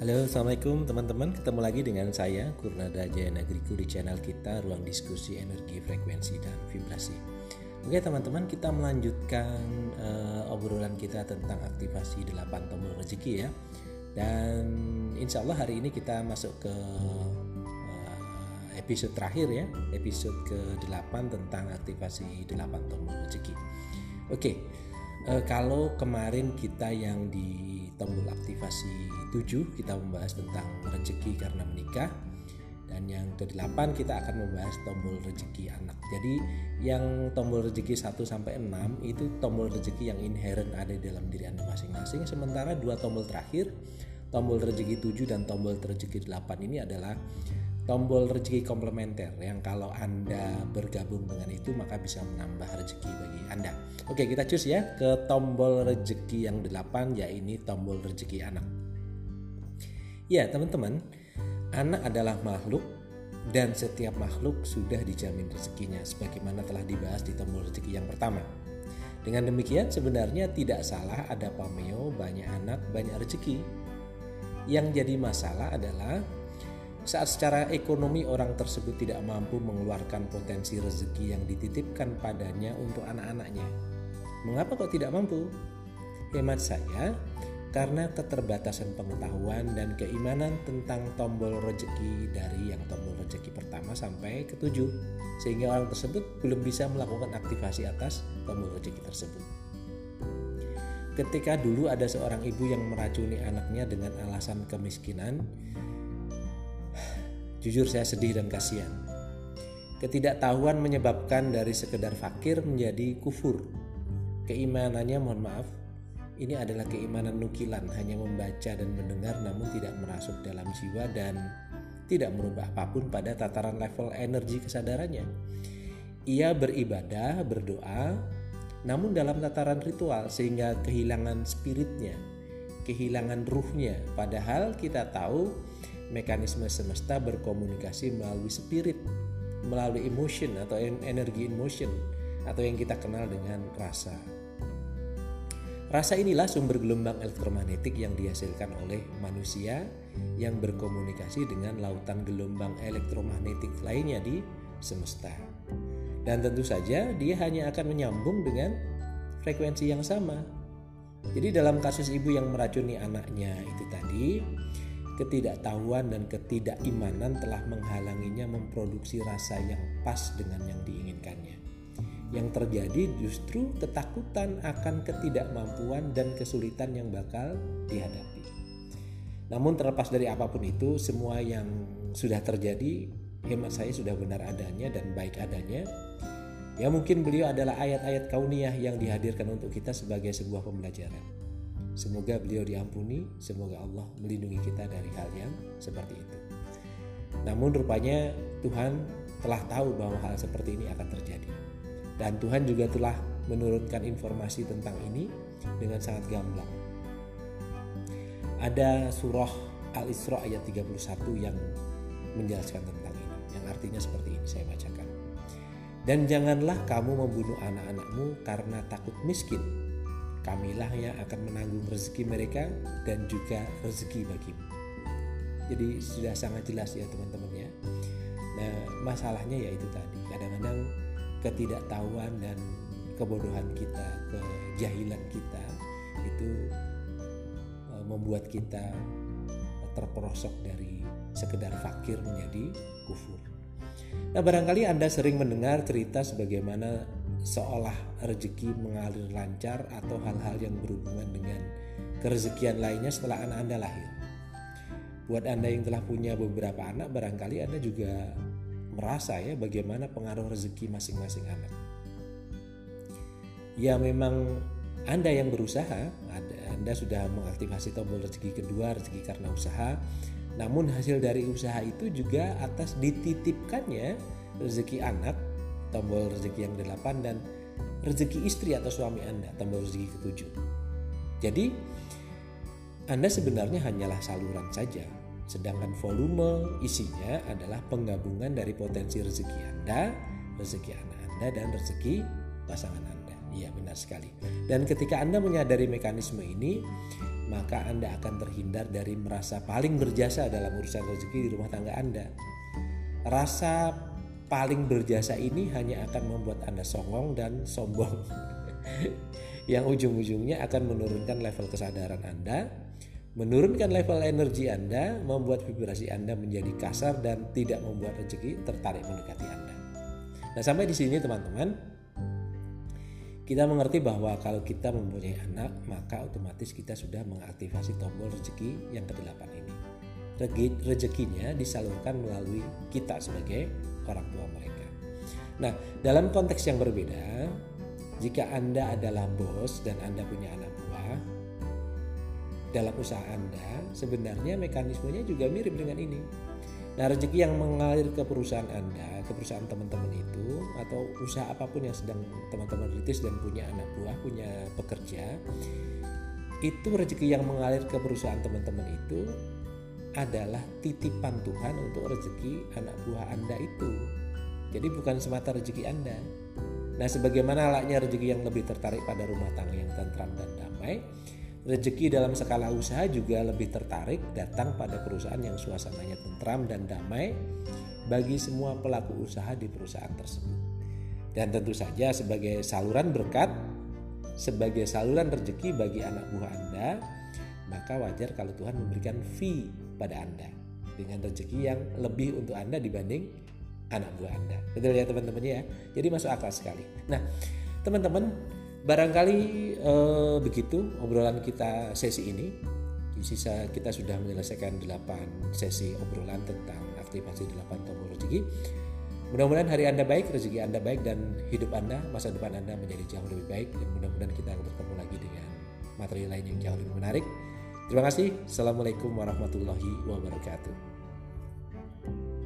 Halo, Assalamualaikum teman-teman. Ketemu lagi dengan saya, Kurnada Jaya Nagriku, di channel kita Ruang Diskusi Energi, Frekuensi, dan Vibrasi. Oke teman-teman, kita melanjutkan obrolan kita tentang aktivasi 8 tombol rezeki ya. Dan insya Allah hari ini kita masuk ke episode terakhir ya, episode ke-8 tentang aktivasi 8 tombol rezeki. Oke, kalau kemarin kita yang di tombol aktivasi 7 kita membahas tentang rezeki karena menikah, dan yang ke-8 kita akan membahas tombol rezeki anak. Jadi yang tombol rezeki 1 sampai 6 itu tombol rezeki yang inherent ada di dalam diri Anda masing-masing. Sementara 2 tombol terakhir, tombol rezeki 7 dan tombol rezeki 8 ini adalah tombol rezeki komplementer yang kalau Anda bergabung dengan itu maka bisa menambah rezeki bagi Anda. Oke, kita cus ya ke tombol rezeki yang 8, yaitu tombol rezeki anak. Ya teman-teman, anak adalah makhluk dan setiap makhluk sudah dijamin rezekinya sebagaimana telah dibahas di tombol rezeki yang pertama. Dengan demikian sebenarnya tidak salah ada pameo banyak anak banyak rezeki. Yang jadi masalah adalah saat secara ekonomi orang tersebut tidak mampu mengeluarkan potensi rezeki yang dititipkan padanya untuk anak-anaknya. Mengapa kok tidak mampu? Hemat saya, karena keterbatasan pengetahuan dan keimanan tentang tombol rezeki dari yang tombol rezeki pertama sampai ke-7, sehingga orang tersebut belum bisa melakukan aktivasi atas tombol rezeki tersebut. Ketika dulu ada seorang ibu yang meracuni anaknya dengan alasan kemiskinan, jujur saya sedih dan kasihan. Ketidaktahuan menyebabkan dari sekedar fakir menjadi kufur. Keimanannya, mohon maaf, ini adalah keimanan nukilan, hanya membaca dan mendengar namun tidak merasuk dalam jiwa dan tidak merubah apapun pada tataran level energi kesadarannya. Ia beribadah, berdoa, namun dalam tataran ritual sehingga kehilangan spiritnya, kehilangan ruhnya. Padahal kita tahu mekanisme semesta berkomunikasi melalui spirit, melalui emotion atau energi in motion, atau yang kita kenal dengan rasa. Rasa inilah sumber gelombang elektromagnetik yang dihasilkan oleh manusia yang berkomunikasi dengan lautan gelombang elektromagnetik lainnya di semesta. Dan tentu saja dia hanya akan menyambung dengan frekuensi yang sama. Jadi dalam kasus ibu yang meracuni anaknya itu tadi, ketidaktahuan dan ketidakimanan telah menghalanginya memproduksi rasa yang pas dengan yang diinginkannya. Yang terjadi justru ketakutan akan ketidakmampuan dan kesulitan yang bakal dihadapi. Namun terlepas dari apapun itu, semua yang sudah terjadi, hemat saya sudah benar adanya dan baik adanya. Ya mungkin beliau adalah ayat-ayat kauniyah yang dihadirkan untuk kita sebagai sebuah pembelajaran. Semoga beliau diampuni, semoga Allah melindungi kita dari hal yang seperti itu. Namun rupanya Tuhan telah tahu bahwa hal seperti ini akan terjadi. Dan Tuhan juga telah menurunkan informasi tentang ini dengan sangat gamblang. Ada surah Al-Isra ayat 31 yang menjelaskan tentang ini, yang artinya seperti ini, saya bacakan. Dan janganlah kamu membunuh anak-anakmu karena takut miskin. Kamilah yang akan menanggung rezeki mereka dan juga rezeki bagimu. Jadi sudah sangat jelas ya teman-teman ya. Nah masalahnya yaitu tadi, kadang-kadang ketidaktahuan dan kebodohan kita, kejahilan kita itu membuat kita terperosok dari sekedar fakir menjadi kufur. Nah barangkali Anda sering mendengar cerita sebagaimana seolah rezeki mengalir lancar atau hal-hal yang berhubungan dengan kerezekian lainnya setelah anak Anda lahir. Buat Anda yang telah punya beberapa anak, barangkali Anda juga merasa ya bagaimana pengaruh rezeki masing-masing anak. Ya memang Anda yang berusaha, Anda sudah mengaktifasi tombol rezeki kedua, rezeki karena usaha. Namun hasil dari usaha itu juga atas dititipkannya rezeki anak, tombol rezeki yang 8, dan rezeki istri atau suami Anda, tombol rezeki ke-7. Jadi Anda sebenarnya hanyalah saluran saja, sedangkan volume isinya adalah penggabungan dari potensi rezeki Anda, rezeki anak Anda, dan rezeki pasangan Anda. Iya benar sekali. Dan ketika Anda menyadari mekanisme ini, maka Anda akan terhindar dari merasa paling berjasa dalam urusan rezeki di rumah tangga Anda. Rasa paling berjasa ini hanya akan membuat Anda songong dan sombong yang ujung-ujungnya akan menurunkan level kesadaran Anda, menurunkan level energi Anda, membuat vibrasi Anda menjadi kasar dan tidak membuat rezeki tertarik mendekati Anda. Nah, sampai di sini teman-teman, kita mengerti bahwa kalau kita mempunyai anak, maka otomatis kita sudah mengaktifasi tombol rezeki yang ke-8 ini. Rezekinya disalurkan melalui kita sebagai orang tua mereka. Nah, dalam konteks yang berbeda, jika Anda adalah bos dan Anda punya anak buah, dalam usaha Anda sebenarnya mekanismenya juga mirip dengan ini. Nah, rezeki yang mengalir ke perusahaan Anda, ke perusahaan teman-teman itu, atau usaha apapun yang sedang teman-teman rintis dan punya anak buah, punya pekerja, itu rezeki yang mengalir ke perusahaan teman-teman itu adalah titipan Tuhan untuk rezeki anak buah Anda itu. Jadi bukan semata rezeki Anda. Nah, sebagaimana layaknya rezeki yang lebih tertarik pada rumah tangga yang tentram dan damai, rezeki dalam skala usaha juga lebih tertarik datang pada perusahaan yang suasananya tentram dan damai bagi semua pelaku usaha di perusahaan tersebut. Dan tentu saja sebagai saluran berkat, sebagai saluran rezeki bagi anak buah Anda, maka wajar kalau Tuhan memberikan fee pada Anda dengan rezeki yang lebih untuk Anda dibanding anak buah Anda. Betul ya teman-teman ya? Jadi masuk akal sekali. Nah, teman-teman, barangkali begitu obrolan kita sesi ini. Di sisa kita sudah menyelesaikan 8 sesi obrolan tentang aktivasi 8 tombol rezeki. Mudah-mudahan hari Anda baik, rezeki Anda baik, dan hidup Anda, masa depan Anda menjadi jauh lebih baik. Dan mudah-mudahan kita akan bertemu lagi dengan materi lain yang jauh lebih menarik. Terima kasih. Assalamualaikum warahmatullahi wabarakatuh.